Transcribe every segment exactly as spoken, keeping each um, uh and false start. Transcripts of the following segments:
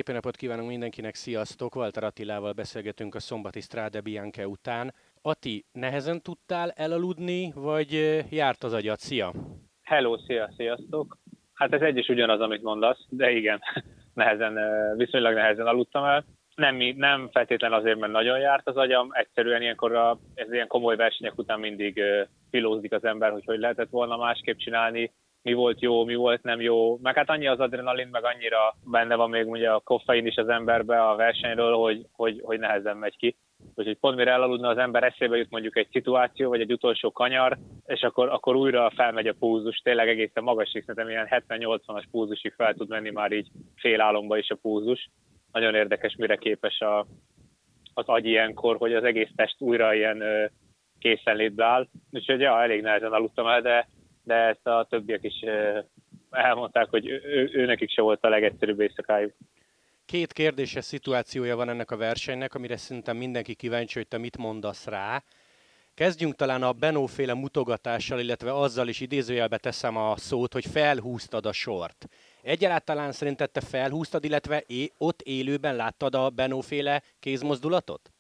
Szép napot kívánunk mindenkinek, sziasztok! Walter Attilával beszélgetünk a szombati Strade Bianche után. Ati, nehezen tudtál elaludni, vagy járt az agyad? Szia! Hello, szia, sziasztok! Hát ez egy is ugyanaz, amit mondasz, de igen, nehezen, viszonylag nehezen aludtam el. Nem, nem feltétlenül azért, mert nagyon járt az agyam, egyszerűen ilyenkor a, ez ilyen komoly versenyek után mindig filózik az ember, hogy hogy lehetett volna másképp csinálni, mi volt jó, mi volt nem jó, meg hát annyi az adrenalin, meg annyira benne van még ugye a koffein is az emberbe a versenyről, hogy, hogy, hogy nehezen megy ki. Úgyhogy pont mire elaludna az ember, eszébe jut mondjuk egy szituáció, vagy egy utolsó kanyar, és akkor, akkor újra felmegy a pulzus, tényleg egészen magasig, szerintem ilyen hetven-nyolcvanas pulzusig fel tud menni már így fél álomba is a pulzus. Nagyon érdekes, mire képes a, az agy ilyenkor, hogy az egész test újra ilyen ö, készenlétbe áll. Úgyhogy ja, elég nehezen aludtam el, de, de ezt a többiek is ö, elmondták, hogy ő, ő, őnekik se volt a legegyszerűbb éjszakájuk. Két kérdéses szituációja van ennek a versenynek, amire szerintem mindenki kíváncsi, hogy te mit mondasz rá. Kezdjünk talán a Benoit-féle mutogatással, illetve azzal is idézőjelbe teszem a szót, hogy felhúztad a sort. Egyáltalán szerinted te felhúztad, illetve é- ott élőben láttad a Benoit-féle kézmozdulatot?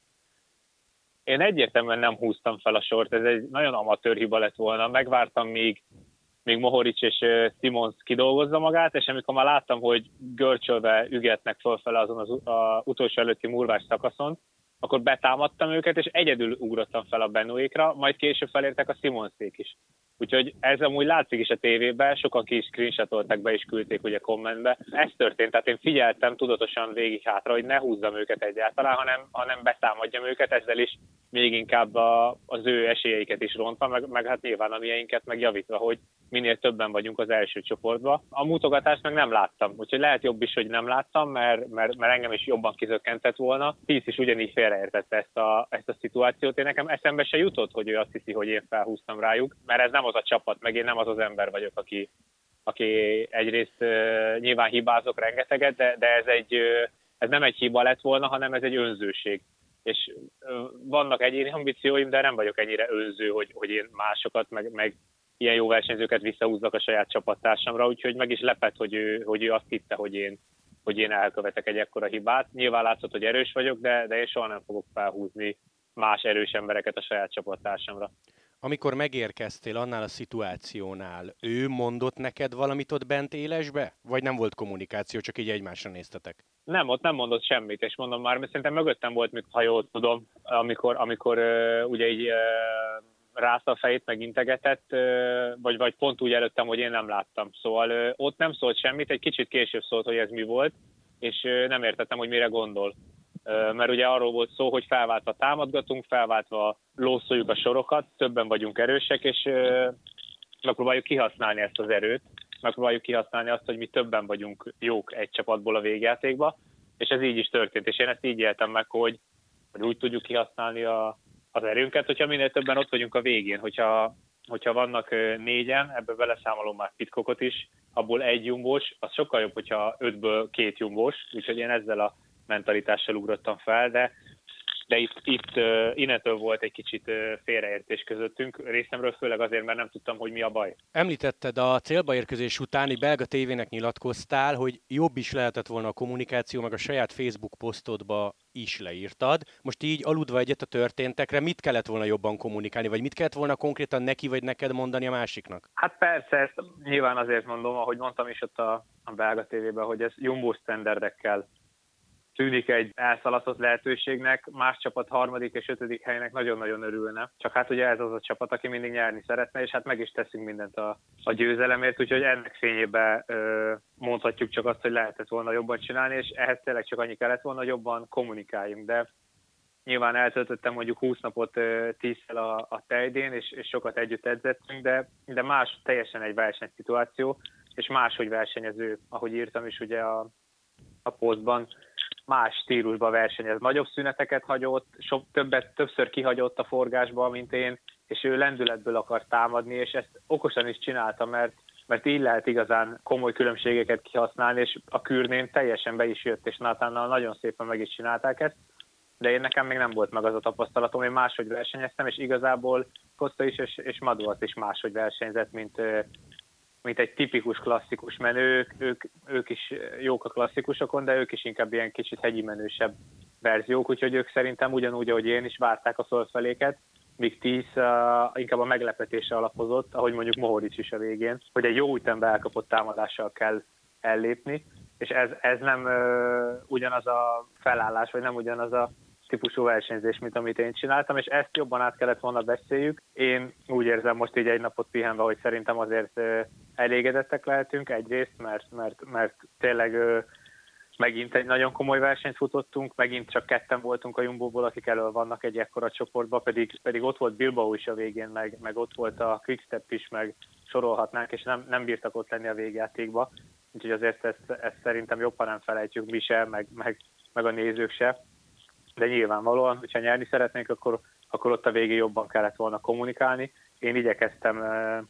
Én egyértelműen nem húztam fel a sort, ez egy nagyon amatőr hiba lett volna. Megvártam, míg, míg Mohoric és Simons kidolgozza magát, és amikor már láttam, hogy görcsölve ügetnek fölfele azon az a utolsó előtti murvás szakaszon, akkor betámadtam őket, és egyedül ugrottam fel a Benoitkra, majd később felértek a Simonsék is. Úgyhogy ez amúgy látszik is a tévében, sokan ki is screenshotolták be és küldték ugye kommentbe. Ez történt, tehát én figyeltem tudatosan végig hátra, hogy ne húzzam őket egyáltalán, hanem, hanem betámadjam őket, ezzel is még inkább a, az ő esélyeiket is rontva, meg, meg hát nyilván a mieinket meg javítva, hogy minél többen vagyunk az első csoportban. A mutogatást meg nem láttam, úgyhogy lehet jobb is, hogy nem láttam, mert, mert, mert engem is jobban kizökkentett volna. Tíz is ugyanígy félreértette ezt a, ezt a szituációt. Én nekem eszembe se jutott, hogy ő azt hiszi, hogy én felhúztam rájuk, mert ez nem az a csapat, meg én nem az az ember vagyok, aki, aki egyrészt uh, nyilván hibázok rengeteget, de, de ez, egy, uh, ez nem egy hiba lett volna, hanem ez egy önzőség. És uh, vannak egyéni ambícióim, de nem vagyok ennyire önző, hogy, hogy én másokat, meg, meg ilyen jó versenyzőket visszahúzzak a saját csapattársamra, úgyhogy meg is lepett, hogy ő, hogy ő azt hitte, hogy én, hogy én elkövetek egy ekkora hibát. Nyilván látszott, hogy erős vagyok, de, de én soha nem fogok felhúzni más erős embereket a saját csapattársamra. Amikor megérkeztél annál a szituációnál, ő mondott neked valamit ott bent élesbe? Vagy nem volt kommunikáció, csak így egymásra néztetek? Nem, ott nem mondott semmit, és mondom már, mert szerintem mögöttem volt, ha jól tudom, amikor, amikor uh, ugye így uh, rázta a fejét, meg integetett, uh, vagy, vagy pont úgy előttem, hogy én nem láttam. Szóval uh, ott nem szólt semmit, egy kicsit később szólt, hogy ez mi volt, és uh, nem értettem, hogy mire gondol. Uh, mert ugye arról volt szó, hogy felváltva támadgatunk, felváltva lószoljuk a sorokat, többen vagyunk erősek, és uh, megpróbáljuk kihasználni ezt az erőt, megpróbáljuk kihasználni azt, hogy mi többen vagyunk jók egy csapatból a végjátékba, és ez így is történt, és én ezt így éltem meg, hogy, hogy úgy tudjuk kihasználni a, az erőnket, hogyha minél többen ott vagyunk a végén, hogyha, hogyha vannak négyen, ebből beleszámolom már Pitcockot is, abból egy jumbós, az sokkal jobb, hogyha ötből két jumbós, úgyhogy én ezzel a mentalitással ugrottam fel, de de itt, itt uh, innentől volt egy kicsit uh, félreértés közöttünk, részemről főleg azért, mert nem tudtam, hogy mi a baj. Említetted, a célba érkezés utáni belga tévének nyilatkoztál, hogy jobb is lehetett volna a kommunikáció, meg a saját Facebook posztodba is leírtad. Most így aludva egyet a történtekre, mit kellett volna jobban kommunikálni, vagy mit kellett volna konkrétan neki vagy neked mondani a másiknak? Hát persze, ezt nyilván azért mondom, ahogy mondtam is ott a, a belga tévében, hogy ez jumbo standardekkel tűnik egy elszalasztott lehetőségnek, más csapat harmadik és ötödik helynek nagyon-nagyon örülne. Csak hát ugye ez az a csapat, aki mindig nyerni szeretne, és hát meg is teszünk mindent a, a győzelemért, úgyhogy ennek fényében ö, mondhatjuk csak azt, hogy lehetett volna jobban csinálni, és ehhez tényleg csak annyi kellett volna, hogy jobban kommunikáljunk. De nyilván eltöltöttem mondjuk húsz napot tízszel a, a tejdén, és, és sokat együtt edzettünk, de, de más teljesen egy versenyszituáció, és máshogy versenyező, ahogy írtam is ugye a, a posztban, más stílusba versenyez. Nagyobb szüneteket hagyott, sok, többet, többször kihagyott a forgásba, mint én, és ő lendületből akar támadni, és ezt okosan is csinálta, mert, mert így lehet igazán komoly különbségeket kihasználni, és a Kürnén teljesen be is jött, és Nathannal nagyon szépen meg is csinálták ezt, de én nekem még nem volt meg az a tapasztalatom, én máshogy versenyeztem, és igazából Costa is, és, és Madouas is máshogy versenyzett, mint, mint egy tipikus klasszikus menő, ők, ők is jók a klasszikusokon, de ők is inkább ilyen kicsit hegyi menősebb verziók, úgyhogy ők szerintem ugyanúgy, ahogy én is várták a fölfeléket, míg tíz uh, inkább a meglepetésre alapozott, ahogy mondjuk Mohoric is a végén, hogy egy jó ütembe elkapott támadással kell ellépni, és ez, ez nem uh, ugyanaz a felállás, vagy nem ugyanaz a típusú versenyzés, mint amit én csináltam, és ezt jobban át kellett volna beszéljük. Én úgy érzem most így egy napot pihenve, hogy szerintem azért uh, elégedettek lehetünk egyrészt, mert, mert, mert tényleg uh, megint egy nagyon komoly versenyt futottunk, megint csak ketten voltunk a Jumbo-ból, akik elől vannak egy ekkora csoportban, pedig, pedig ott volt Bilbao is a végén, meg, meg ott volt a Quickstep is, meg sorolhatnánk, és nem, nem bírtak ott lenni a végjátékba. Úgyhogy azért ezt, ezt szerintem jobban nem felejtjük mi se, meg, meg, meg a nézők se. De nyilvánvalóan, hogyha nyerni szeretnénk, akkor, akkor ott a végén jobban kellett volna kommunikálni. Én igyekeztem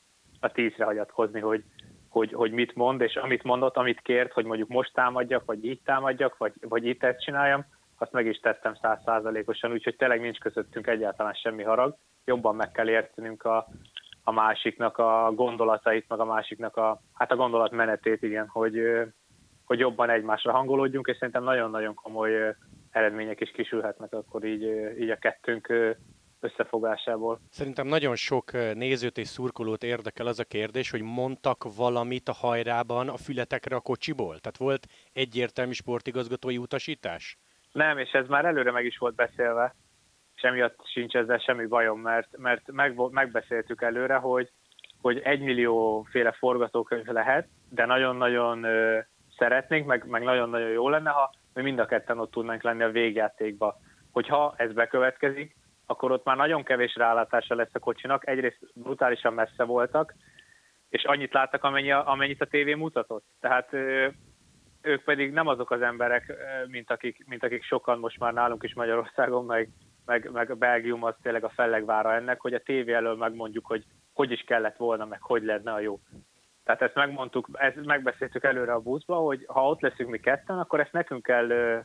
a tízre hagyatkozni, hogy Hogy, hogy mit mond, és amit mondott, amit kért, hogy mondjuk most támadjak, vagy így támadjak, vagy, vagy itt ezt csináljam, azt meg is tettem száz százalékosan, úgyhogy tényleg nincs közöttünk egyáltalán semmi harag. Jobban meg kell értenünk a, a másiknak a gondolatait, meg a másiknak a, hát a gondolatmenetét, igen, hogy, hogy jobban egymásra hangolódjunk, és szerintem nagyon-nagyon komoly eredmények is kisülhetnek akkor így, így a kettőnk összefogásából. Szerintem nagyon sok nézőt és szurkolót érdekel az a kérdés, hogy mondtak valamit a hajrában a fületekre a kocsiból? Tehát volt egyértelmű sportigazgatói utasítás? Nem, és ez már előre meg is volt beszélve, és emiatt sincs ezzel semmi bajom, mert, mert meg, megbeszéltük előre, hogy, hogy egymillióféle forgatókönyv lehet, de nagyon-nagyon ö, szeretnénk, meg, meg nagyon-nagyon jó lenne, ha mi mind a ketten ott tudnánk lenni a végjátékba. Hogyha ez bekövetkezik, akkor ott már nagyon kevés rálátása lesz a kocsinak. Egyrészt brutálisan messze voltak, és annyit láttak, amennyi a, amennyit a tévé mutatott. Tehát ö, ők pedig nem azok az emberek, mint akik, mint akik sokan most már nálunk is Magyarországon, meg, meg, meg a Belgium az tényleg a fellegvára ennek, hogy a tévé elől megmondjuk, hogy hogy is kellett volna, meg hogy lenne a jó. Tehát ezt megmondtuk, ezt megbeszéltük előre a buszba, hogy ha ott leszünk mi ketten, akkor ezt nekünk kell...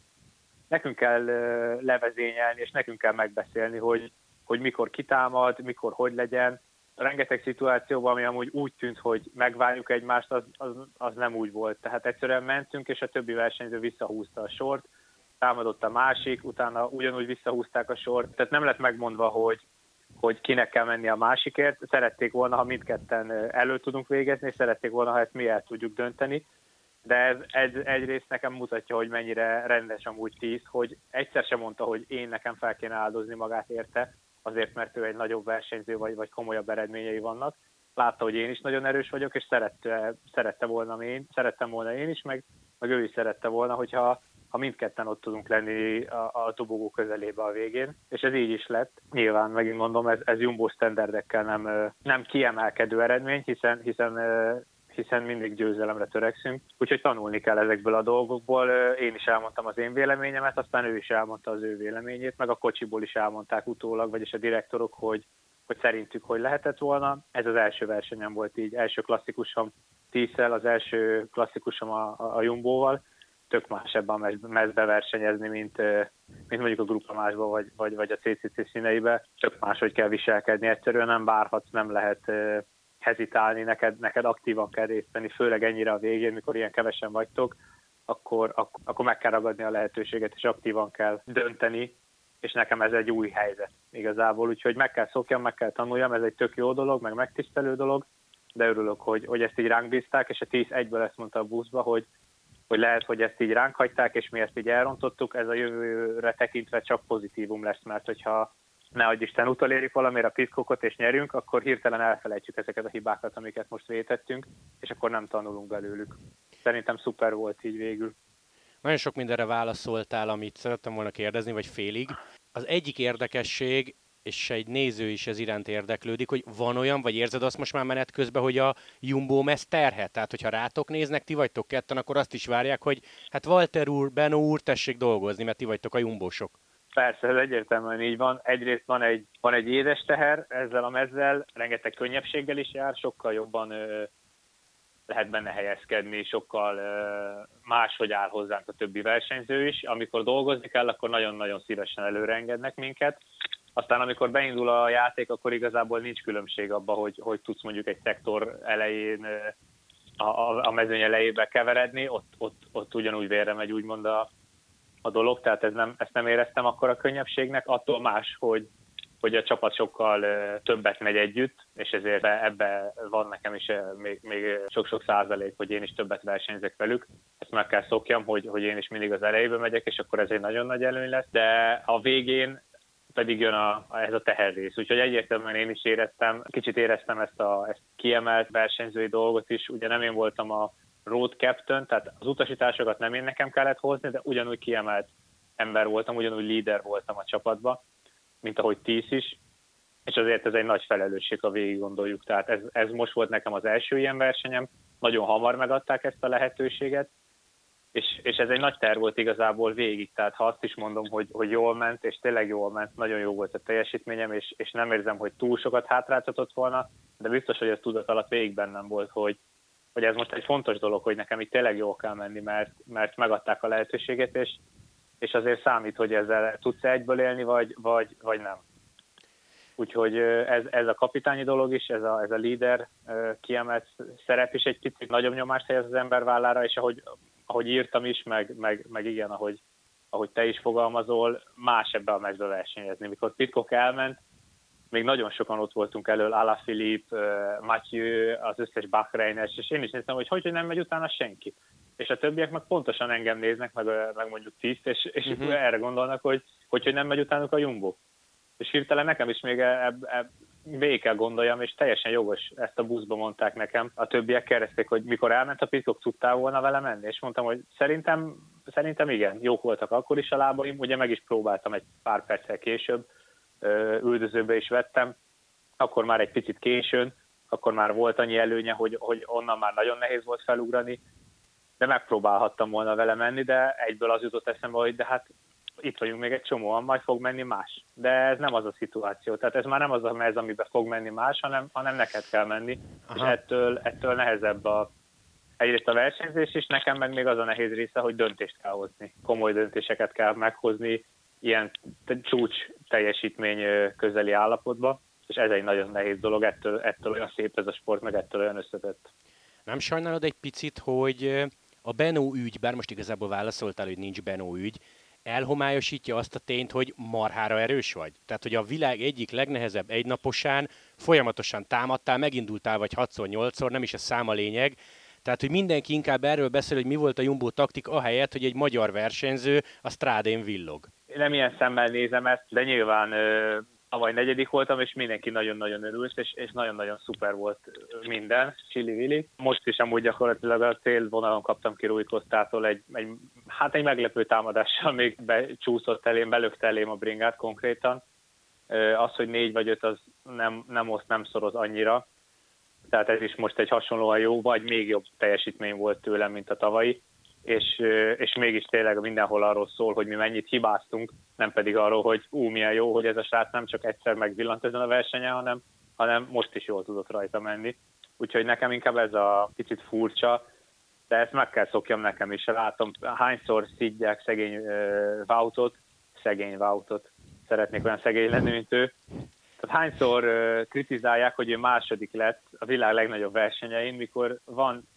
Nekünk kell levezényelni, és nekünk kell megbeszélni, hogy, hogy mikor kitámad, mikor hogy legyen. Rengeteg szituációban, ami amúgy úgy tűnt, hogy megvárjuk egymást, az, az, az nem úgy volt. Tehát egyszerűen mentünk, és a többi versenyző visszahúzta a sort, támadott a másik, utána ugyanúgy visszahúzták a sort. Tehát nem lett megmondva, hogy, hogy kinek kell menni a másikért. Szerették volna, ha mindketten elő tudunk végezni, és szerették volna, ha ezt mi el tudjuk dönteni. De ez egy, egyrészt nekem mutatja, hogy mennyire rendes amúgy tíz, hogy egyszer sem mondta, hogy én nekem fel kéne áldozni magát érte, azért, mert ő egy nagyobb versenyző, vagy, vagy komolyabb eredményei vannak. Látta, hogy én is nagyon erős vagyok, és szerette, szerette volna én, szerettem volna én is, meg, meg ő is szerette volna, hogyha ha mindketten ott tudunk lenni a, a dobogó közelébe a végén, és ez így is lett. Nyilván, megint mondom, ez, ez Jumbo standardekkel nem, nem kiemelkedő eredmény, hiszen, hiszen hiszen mindig győzelemre törekszünk, úgyhogy tanulni kell ezekből a dolgokból. Én is elmondtam az én véleményemet, aztán ő is elmondta az ő véleményét, meg a kocsiból is elmondták utólag, vagyis a direktorok, hogy, hogy szerintük hogy lehetett volna. Ez az első versenyem volt így, első klasszikusom tízszel, az első klasszikusom a, a Jumboval. Tök más ebben a mezbe versenyezni, mint, mint mondjuk a Grupamásba, vagy, vagy, vagy a cé cé cé színeibe. Tök máshogy kell viselkedni, egyszerűen nem várhatsz, nem lehet hezitálni, neked, neked aktívan kell részt venni, főleg ennyire a végén, mikor ilyen kevesen vagytok, akkor, ak- akkor meg kell ragadni a lehetőséget, és aktívan kell dönteni, és nekem ez egy új helyzet igazából, úgyhogy meg kell szokjam, meg kell tanuljam, ez egy tök jó dolog, meg megtisztelő dolog, de örülök, hogy, hogy ezt így ránk bízták, és a tíz egyből ezt mondta a buszba, hogy, hogy lehet, hogy ezt így ránk hagyták, és mi ezt így elrontottuk, ez a jövőre tekintve csak pozitívum lesz, mert hogyha ne adj Isten utolérjük valamire a piszkokot és nyerünk, akkor hirtelen elfelejtjük ezeket a hibákat, amiket most vétettünk, és akkor nem tanulunk belőlük. Szerintem szuper volt így végül. Nagyon sok mindenre válaszoltál, amit szerettem volna kérdezni, vagy félig. Az egyik érdekesség, és egy néző is ez iránt érdeklődik, hogy van olyan, vagy érzed azt most már menet közben, hogy a Jumbo mez terhet? Tehát, hogyha rátok néznek, ti vagytok ketten, akkor azt is várják, hogy hát Walter úr, Benno úr, tessék dolgozni, mert ti vagytok a Jumbósok. Persze, ez egyértelműen így van. Egyrészt van egy, van egy édes teher ezzel a mezzel, rengeteg könnyebbséggel is jár, sokkal jobban ö, lehet benne helyezkedni, sokkal ö, máshogy áll hozzánk a többi versenyző is. Amikor dolgozni kell, akkor nagyon-nagyon szívesen előre engednek minket. Aztán amikor beindul a játék, akkor igazából nincs különbség abban, hogy, hogy tudsz mondjuk egy szektor elején, a, a, a mezőny elejébe keveredni, ott, ott, ott ugyanúgy vérre megy úgymond a, a dolog, tehát ez nem, ezt nem éreztem akkor a könnyebbségnek, attól más, hogy, hogy a csapat sokkal többet megy együtt, és ezért ebbe van nekem is még, még sok-sok százalék, hogy én is többet versenyzek velük. Ezt meg kell szokjam, hogy, hogy én is mindig az elejébe megyek, és akkor ez egy nagyon nagy előny lesz, de a végén pedig jön a, ez a teherrész. Úgyhogy egyértelműen én is éreztem, kicsit éreztem ezt a ezt kiemelt versenyzői dolgot is. Ugye nem én voltam a road captain, tehát az utasításokat nem én nekem kellett hozni, de ugyanúgy kiemelt ember voltam, ugyanúgy líder voltam a csapatban, mint ahogy tíz is, és azért ez egy nagy felelősség, ha végig gondoljuk. Tehát ez, ez most volt nekem az első ilyen versenyem, nagyon hamar megadták ezt a lehetőséget, és, és ez egy nagy terv volt igazából végig, tehát ha azt is mondom, hogy, hogy jól ment, és tényleg jól ment, nagyon jó volt a teljesítményem, és, és nem érzem, hogy túl sokat hátráltatott volna, de biztos, hogy ez tudat alatt végig bennem volt, hogy, hogy ez most egy fontos dolog, hogy nekem itt tényleg jól kell menni, mert, mert megadták a lehetőséget, és, és azért számít, hogy ezzel tudsz egyből élni, vagy, vagy, vagy nem. Úgyhogy ez, ez a kapitányi dolog is, ez a, ez a líder kiemelt szerep is egy picit nagyobb nyomást helyez az ember vállára, és ahogy, ahogy írtam is, meg, meg, meg igen, ahogy, ahogy te is fogalmazol, más ebbe a meccsbe versenyezni. Mikor Pidcock elment, még nagyon sokan ott voltunk elől, Alaphilippe, Mathieu, az összes Bahreines, és én is néztem, hogy hogy nem megy utána senki. És a többiek meg pontosan engem néznek, meg, meg mondjuk tízt, és, és uh-huh. erre gondolnak, hogy, hogy hogy nem megy utánuk a Jumbo. És hirtelen nekem is még ebb, ebb, végig kell gondoljam, és teljesen jogos, ezt a buszba mondták nekem. A többiek kérdezték, hogy mikor elment a Pidcock, tudtál volna vele menni? És mondtam, hogy szerintem, szerintem igen, jók voltak akkor is a lábaim, ugye meg is próbáltam egy pár perccel később, üldözőbe is vettem, akkor már egy picit későn, akkor már volt annyi előnye, hogy, hogy onnan már nagyon nehéz volt felugrani, de megpróbálhattam volna vele menni, de egyből az jutott eszembe, hogy de hát itt vagyunk még egy csomóan, majd fog menni más. De ez nem az a szituáció, tehát ez már nem az a mez, amiben fog menni más, hanem, hanem neked kell menni, aha. És ettől, ettől nehezebb a, egyrészt a versenyzés is, nekem meg még az a nehéz része, hogy döntést kell hozni, komoly döntéseket kell meghozni, ilyen csúcs teljesítmény közeli állapotba, és ez egy nagyon nehéz dolog, ettől, ettől olyan szép ez a sport, meg ettől olyan összetett. Nem sajnálod egy picit, hogy a Benoit ügy, bár most igazából válaszoltál, hogy nincs Benoit ügy, elhomályosítja azt a tényt, hogy marhára erős vagy? Tehát, hogy a világ egyik legnehezebb egynaposán folyamatosan támadtál, megindultál vagy hatszor, nyolcszor, nem is a szám a lényeg. Tehát, hogy mindenki inkább erről beszél, hogy mi volt a Jumbo taktik, ahelyett, hogy egy magyar versenyző a strádén villog. Én nem ilyen szemmel nézem ezt, de nyilván tavaly negyedik voltam, és mindenki nagyon-nagyon örült, és, és nagyon-nagyon szuper volt minden, Chili-Willi. Most is amúgy gyakorlatilag a célvonalon kaptam ki Rui Costától egy, egy, hát egy meglepő támadással még becsúszott elém, belökte elém a bringát konkrétan. Az, hogy négy vagy öt, az nem, nem oszt, nem szoroz annyira. Tehát ez is most egy hasonlóan jó, vagy még jobb teljesítmény volt tőlem, mint a tavalyi. És, és mégis tényleg mindenhol arról szól, hogy mi mennyit hibáztunk, nem pedig arról, hogy ú, milyen jó, hogy ez a srác nem csak egyszer megvillant ezen a versenyen, hanem, hanem most is jól tudott rajta menni. Úgyhogy nekem inkább ez a picit furcsa, de ezt meg kell szokjam nekem is. Látom, hányszor szidják szegény uh, Woutot, szegény Woutot, szeretnék olyan szegény lenni, mint ő. Tehát hányszor uh, kritizálják, hogy ő második lett a világ legnagyobb versenyein, mikor van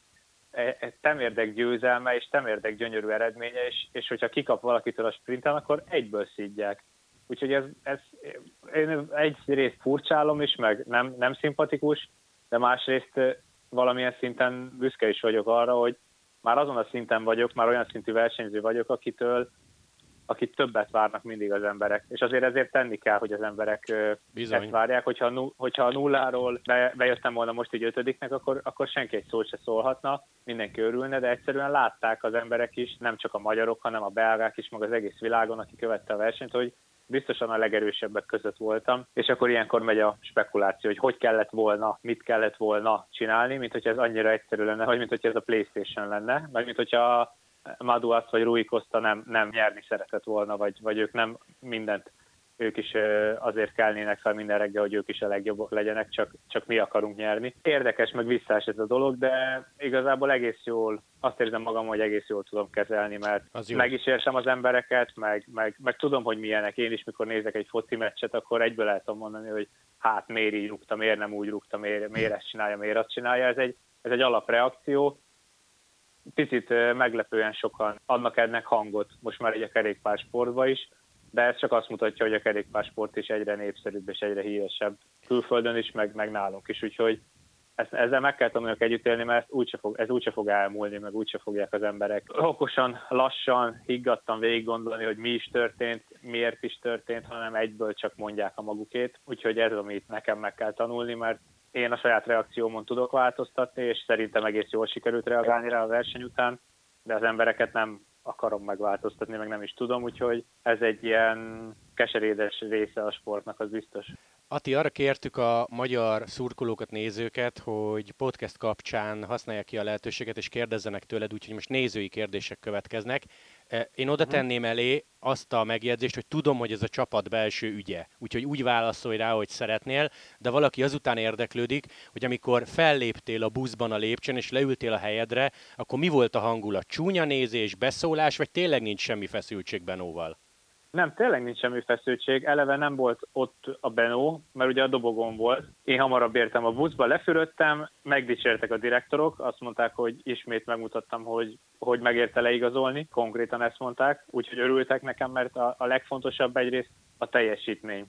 temérdek győzelme és temérdek gyönyörű eredménye, és, és hogyha kikap valakitől a sprinten, akkor egyből szidják. Úgyhogy ez, ez én egyrészt furcsálom is, meg nem, nem szimpatikus, de másrészt valamilyen szinten büszke is vagyok arra, hogy már azon a szinten vagyok, már olyan szintű versenyző vagyok, akitől akit többet várnak mindig az emberek. És azért ezért tenni kell, hogy az emberek Bizony. ezt várják. Hogyha, hogyha a nulláról be, bejöttem volna most így ötödiknek, akkor, akkor senki egy szót se szólhatna, mindenki örülne, de egyszerűen látták az emberek is, nem csak a magyarok, hanem a belgák is, meg az egész világon, aki követte a versenyt, hogy biztosan a legerősebbek között voltam, és akkor ilyenkor megy a spekuláció, hogy hogy kellett volna, mit kellett volna csinálni, mint hogyha ez annyira egyszerű lenne, vagy mint hogyha ez a PlayStation lenne, vagy mint hogyha Maduas vagy Rui Costa nem, nem nyerni szeretett volna, vagy, vagy ők nem mindent ők is azért kelnének fel minden reggel, hogy ők is a legjobbak legyenek, csak, csak mi akarunk nyerni. Érdekes, meg visszás ez a dolog, de igazából egész jól, azt érzem magam, hogy egész jól tudom kezelni, mert meg is értem az embereket, meg, meg, meg tudom, hogy milyenek. Én is, mikor nézek egy foci meccset, akkor egyből el tudom mondani, hogy hát miért így rúgta, miért nem úgy rúgta, miért, miért ezt csinálja, miért azt csinálja. Ez egy, ez egy alapreakció. Picit meglepően sokan adnak ennek hangot, most már egy a kerékpársportban is, de ez csak azt mutatja, hogy a kerékpársport is egyre népszerűbb és egyre híresebb külföldön is, meg, meg nálunk is, úgyhogy ezt, ezzel meg kell tanulnunk együtt élni, mert ez úgyse fog, ez úgyse fog elmúlni, meg úgyse fogják az emberek okosan, lassan, higgadtan végig gondolni, hogy mi is történt, miért is történt, hanem egyből csak mondják a magukét, úgyhogy ez, amit nekem meg kell tanulni, mert én a saját reakciómon tudok változtatni, és szerintem egész jól sikerült reagálni rá a verseny után, de az embereket nem akarom megváltoztatni, meg nem is tudom, úgyhogy ez egy ilyen keserédes része a sportnak, az biztos. Ati, arra kértük a magyar szurkolókat, nézőket, hogy podcast kapcsán használják ki a lehetőséget, és kérdezzenek tőled, úgyhogy most nézői kérdések következnek. Én oda tenném elé azt a megjegyzést, hogy tudom, hogy ez a csapat belső ügye, úgyhogy úgy válaszolj rá, hogy szeretnél, de valaki azután érdeklődik, hogy amikor felléptél a buszban a lépcsőn, és leültél a helyedre, akkor mi volt a hangulat? Csúnya nézés, beszólás, vagy tényleg nincs semmi feszültség Benóval? Nem, tényleg nincs semmi feszültség. Eleve nem volt ott a Benó, mert ugye a dobogón volt. Én hamarabb értem a buszba, lefürödtem, megdicsértek a direktorok, azt mondták, hogy ismét megmutattam, hogy, hogy megérte leigazolni. Konkrétan ezt mondták, úgyhogy örültek nekem, mert a, a legfontosabb egyrészt a teljesítmény.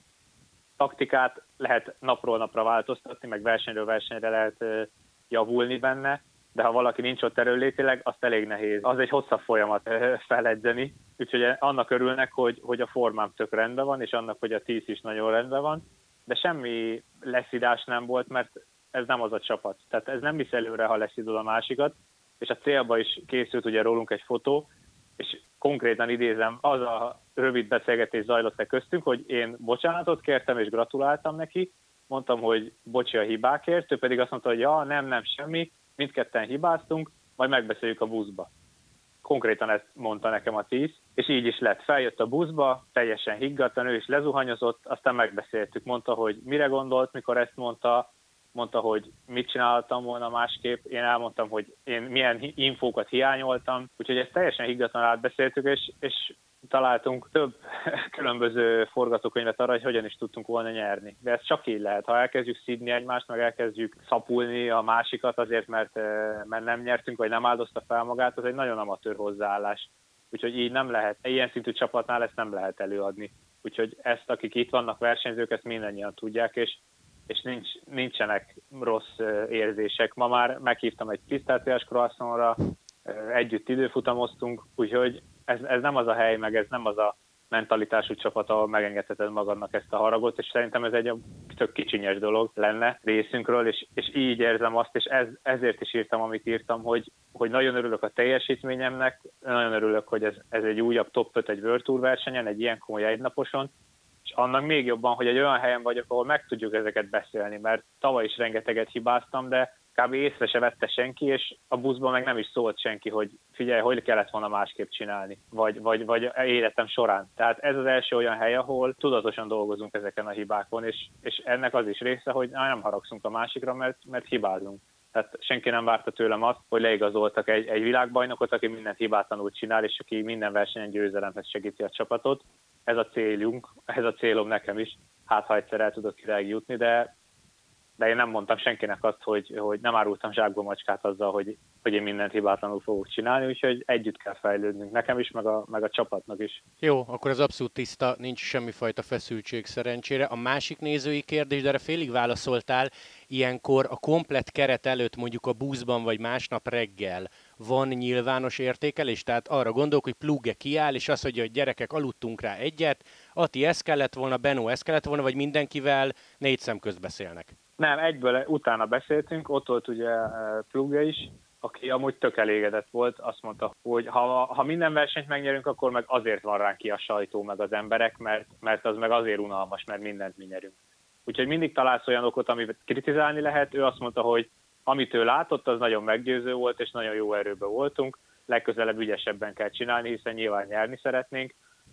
Taktikát lehet napról napra változtatni, meg versenyről versenyre lehet javulni benne, de ha valaki nincs ott erőlétileg, azt elég nehéz. Az egy hosszabb folyamat feledzeni, úgyhogy annak örülnek, hogy, hogy a formám tök rendben van, és annak, hogy a tíz is nagyon rendben van, de semmi leszidás nem volt, mert ez nem az a csapat. Tehát ez nem visz előre, ha leszidod a másikat, és a célba is készült ugye rólunk egy fotó, és konkrétan idézem, az a rövid beszélgetés zajlott le köztünk, hogy én bocsánatot kértem, és gratuláltam neki, mondtam, hogy bocsi a hibákért, ő pedig azt mondta, hogy ja, nem, nem, semmi, mindketten hibáztunk, majd megbeszéljük a buszba. Konkrétan ezt mondta nekem a tíz, és így is lett. Feljött a buszba, teljesen higgadtan, ő is lezuhanyozott, aztán megbeszéltük. Mondta, hogy mire gondolt, mikor ezt mondta, mondta, hogy mit csináltam volna másképp. Én elmondtam, hogy én milyen infókat hiányoltam, úgyhogy ezt teljesen higgadtan átbeszéltük, és, és találtunk több különböző forgatókönyvet arra, hogy hogyan is tudtunk volna nyerni. De ez csak így lehet. Ha elkezdjük szídni egymást, meg elkezdjük szapulni a másikat azért, mert, mert nem nyertünk, vagy nem áldozta fel magát, az egy nagyon amatőr hozzáállás. Úgyhogy így nem lehet. Ilyen szintű csapatnál ezt nem lehet előadni. Úgyhogy ezt, akik itt vannak versenyzők, ezt mindannyian tudják, és, és nincs, nincsenek rossz érzések. Ma már meghívtam egy pisztáciás croissontra, együtt időfutamoztunk, úgyhogy ez, ez nem az a hely, meg ez nem az a mentalitású csapat, ahol megengedheted magadnak ezt a haragot, és szerintem ez egy tök kicsinyes dolog lenne részünkről, és, és így érzem azt, és ez, ezért is írtam, amit írtam, hogy, hogy nagyon örülök a teljesítményemnek, nagyon örülök, hogy ez, ez egy újabb top öt egy World Tour versenyen, egy ilyen komoly egynaposon, és annak még jobban, hogy egy olyan helyen vagyok, ahol meg tudjuk ezeket beszélni, mert tavaly is rengeteget hibáztam, de kb. Észre se vette senki, és a buszban meg nem is szólt senki, hogy figyelj, hogy kellett volna másképp csinálni, vagy, vagy, vagy életem során. Tehát ez az első olyan hely, ahol tudatosan dolgozunk ezeken a hibákon, és, és ennek az is része, hogy nem haragszunk a másikra, mert, mert hibázunk. Tehát senki nem várta tőlem azt, hogy leigazoltak egy, egy világbajnokot, aki mindent hibátlanul csinál, és aki minden versenyen győzelemhez segíti a csapatot. Ez a céljunk, ez a célom nekem is. Hát, ha egyszer el tudok idáig jutni, de de én nem mondtam senkinek azt, hogy, hogy nem árultam zsákba macskát azzal, hogy, hogy én mindent hibátlanul fogok csinálni, úgyhogy együtt kell fejlődnünk, nekem is, meg a, meg a csapatnak is. Jó, akkor az abszolút tiszta, nincs semmifajta feszültség szerencsére. A másik nézői kérdés, de erre félig válaszoltál, ilyenkor a komplett keret előtt mondjuk a buszban vagy másnap reggel van nyilvános értékelés, tehát arra gondolok, hogy Plugge kiáll, és azt mondja, hogy gyerekek, aludtunk rá egyet, Ati, ez kellett volna, Benó, ez kellett volna, vagy mindenkivel négy szem közt beszélnek? Nem, egyből utána beszéltünk, ott volt ugye Plugge is, aki amúgy tök elégedett volt, azt mondta, hogy ha, ha minden versenyt megnyerünk, akkor meg azért van ránk ki a sajtó, meg az emberek, mert, mert az meg azért unalmas, mert mindent mi nyerünk. Úgyhogy mindig találsz olyan okot, amit kritizálni lehet. Ő azt mondta, hogy amit ő látott, az nagyon meggyőző volt, és nagyon jó erőben voltunk. Legközelebb ügyesebben kell csinálni, hiszen nyilván nyerni szeretnénk.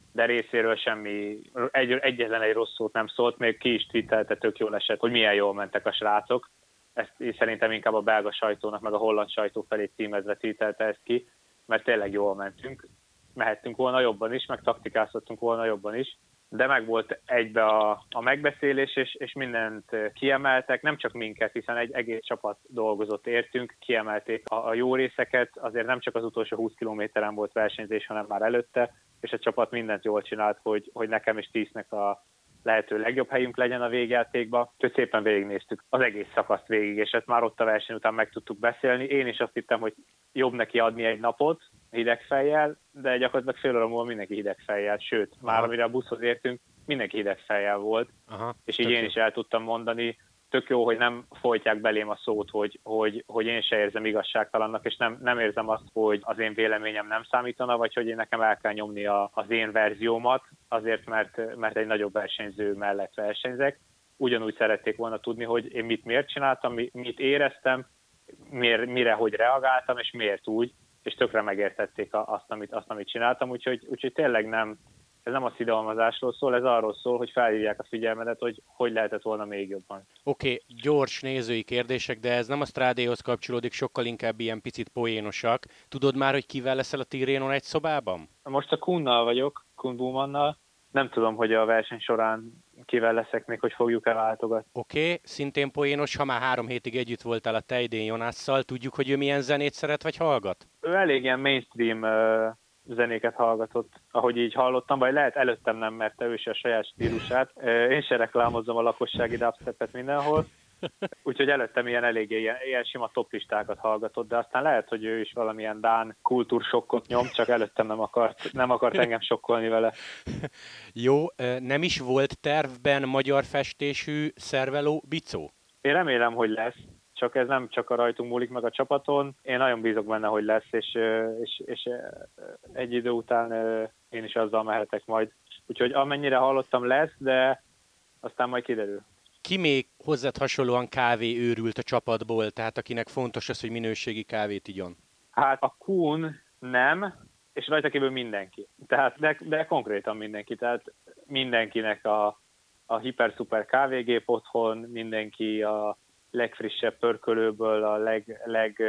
de részéről semmi, egy, egyetlen egy rossz szót nem szólt, még ki is twittelte, tök jól esett, hogy milyen jól mentek a srácok. Ezt szerintem inkább a belga sajtónak, meg a holland sajtó felé címezve twittelte ezt ki, mert tényleg jól mentünk. Mehettünk volna jobban is, meg taktikázhattunk volna jobban is, de meg volt egybe a, a megbeszélés, és, és mindent kiemeltek, nem csak minket, hiszen egy egész csapat dolgozott értünk, kiemelték a, a jó részeket, azért nem csak az utolsó húsz kilométeren volt versenyzés, hanem már előtte, és a csapat mindent jól csinált, hogy, hogy nekem és Tíznek a lehető legjobb helyünk legyen a végjátékban. Úgyhogy szépen végignéztük az egész szakaszt végig, és ezt már ott a verseny után meg tudtuk beszélni. Én is azt hittem, hogy jobb neki adni egy napot hideg fejjel, de gyakorlatilag fél óra múlva mindenki hideg fejjel, sőt, Aha. már amire a buszhoz értünk, mindenki hideg fejjel volt, Aha, és így én is el tudtam mondani, tök jó, hogy nem folytják belém a szót, hogy, hogy, hogy én se érzem igazságtalannak, és nem, nem érzem azt, hogy az én véleményem nem számítana, vagy hogy én nekem el kell nyomni a, az én verziómat, azért, mert, mert egy nagyobb versenyző mellett versenyzek. Ugyanúgy szerették volna tudni, hogy én mit miért csináltam, mit éreztem, miért, mire hogy reagáltam, és miért úgy, és tökre megértették azt, amit, azt, amit csináltam, úgyhogy, úgyhogy tényleg nem, ez nem a szidalmazásról szól, ez arról szól, hogy felhívják a figyelmedet, hogy hogy lehetett volna még jobban. Oké, okay, gyors nézői kérdések, de ez nem a Strádéhoz kapcsolódik, sokkal inkább ilyen picit poénosak. Tudod már, hogy kivel leszel a Tirénon egy szobában? Most a Kunnal vagyok, Kun Bumannal. Nem tudom, hogy a verseny során kivel leszek még, hogy fogjuk elváltogatni. Oké, okay, szintén poénos, ha már három hétig együtt voltál a Tejdén Jonásszal, tudjuk, hogy ő milyen zenét szeret vagy hallgat? Ő elég ilyen mainstream uh, zenéket hallgatott, ahogy így hallottam, vagy lehet előttem nem, mert ő is a saját stílusát. Uh, én se reklámozom a lakossági dubstepet mindenhol, úgyhogy előttem ilyen eléggé ilyen, ilyen sima toplistákat hallgatott, de aztán lehet, hogy ő is valamilyen dán kultúrsokkot nyom, csak előttem nem akart, nem akart engem sokkolni vele. Jó, nem is volt tervben magyar festésű szerveló bicó? Én remélem, hogy lesz, csak ez nem csak a rajtunk múlik meg a csapaton. Én nagyon bízok benne, hogy lesz, és, és, és egy idő után én is azzal mehetek majd. Úgyhogy amennyire hallottam lesz, de aztán majd kiderül. Ki még hozzád hasonlóan kávé őrült a csapatból, tehát akinek fontos az, hogy minőségi kávét igyon? Hát a Kun nem, és rajta kívül mindenki. Tehát, de, de konkrétan mindenki. Tehát mindenkinek a, a hiper-szuper kávégép otthon, mindenki a legfrissebb pörkölőből, a leg, leg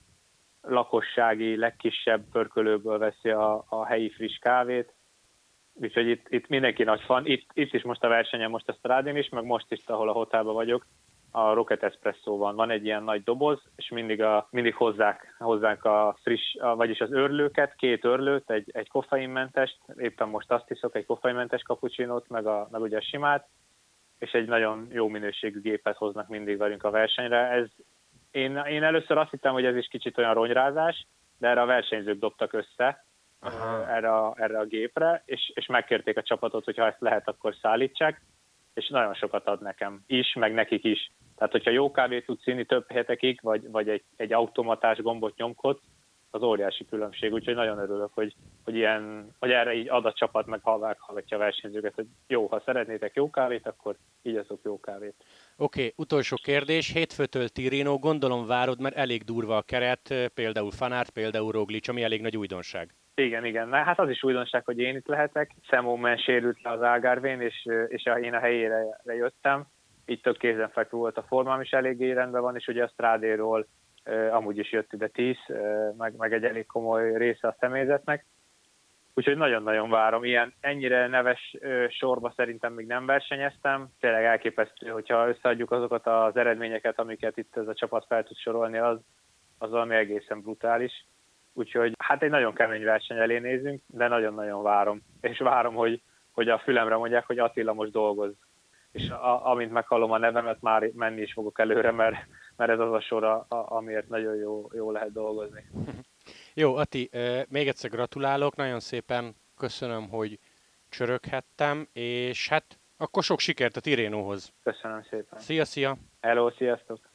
lakossági, legkisebb pörkölőből veszi a, a helyi friss kávét. Úgyhogy itt, itt mindenki nagy fan. Itt, itt is most a versenyen, most a Strádén is, meg most is, ahol a hotelben vagyok, a Rocket Espresso van. Van egy ilyen nagy doboz, és mindig, a, mindig hozzák, hozzák a friss, a, vagyis az őrlőket, két őrlőt, egy, egy koffeinmentest, éppen most azt iszok, egy koffeinmentes cappuccinót, meg, a, meg ugye a simát, és egy nagyon jó minőségű gépet hoznak mindig velünk a versenyre. Ez, én, én először azt hittem, hogy ez is kicsit olyan ronyrázás, de erre a versenyzők dobtak össze, erre a, erre a gépre, és, és megkérték a csapatot, hogy ha ezt lehet, akkor szállítsák, és nagyon sokat ad nekem is, meg nekik is. Tehát, hogyha jó kávét tudsz inni több hetekig, vagy, vagy egy, egy automatás gombot nyomkodsz, az óriási különbség, úgyhogy nagyon örülök, hogy, hogy, ilyen, hogy erre így ad a csapat, meg hallgatja a versenyzőket, hogy jó, ha szeretnétek jó kávét, akkor igyatok jó kávét. Oké, okay, utolsó kérdés. Hétfőtől Tirreno, gondolom várod, mert elég durva a keret, például Fanart, például Roglic, ami elég nagy újdonság. Igen, igen. Na, hát az is újdonság, hogy én itt lehetek. Sam Omen sérült le az Algarvén, és, és én a helyére jöttem. Így több kézenfekvő volt a formám is eléggé rendben van, és ugye a Strádéról uh, amúgy is jött ide tíz, uh, meg, meg egy elég komoly része a személyzetnek. Úgyhogy nagyon-nagyon várom. Ilyen ennyire neves uh, sorba szerintem még nem versenyeztem. Tényleg elképesztő, hogyha összeadjuk azokat az eredményeket, amiket itt ez a csapat fel tud sorolni, az, az valami egészen brutális. Úgyhogy hát egy nagyon kemény verseny elé nézünk, de nagyon-nagyon várom. És várom, hogy, hogy a fülemre mondják, hogy Attila most dolgoz. És a, amint meghallom a nevemet, már menni is fogok előre, mert, mert ez az a sor, a, amiért nagyon jó, jó lehet dolgozni. Jó, Ati, még egyszer gratulálok, nagyon szépen köszönöm, hogy csöröghettem, és hát akkor sok sikert a Tirrenóhoz. Köszönöm szépen. Szia, szia! Hello, sziasztok!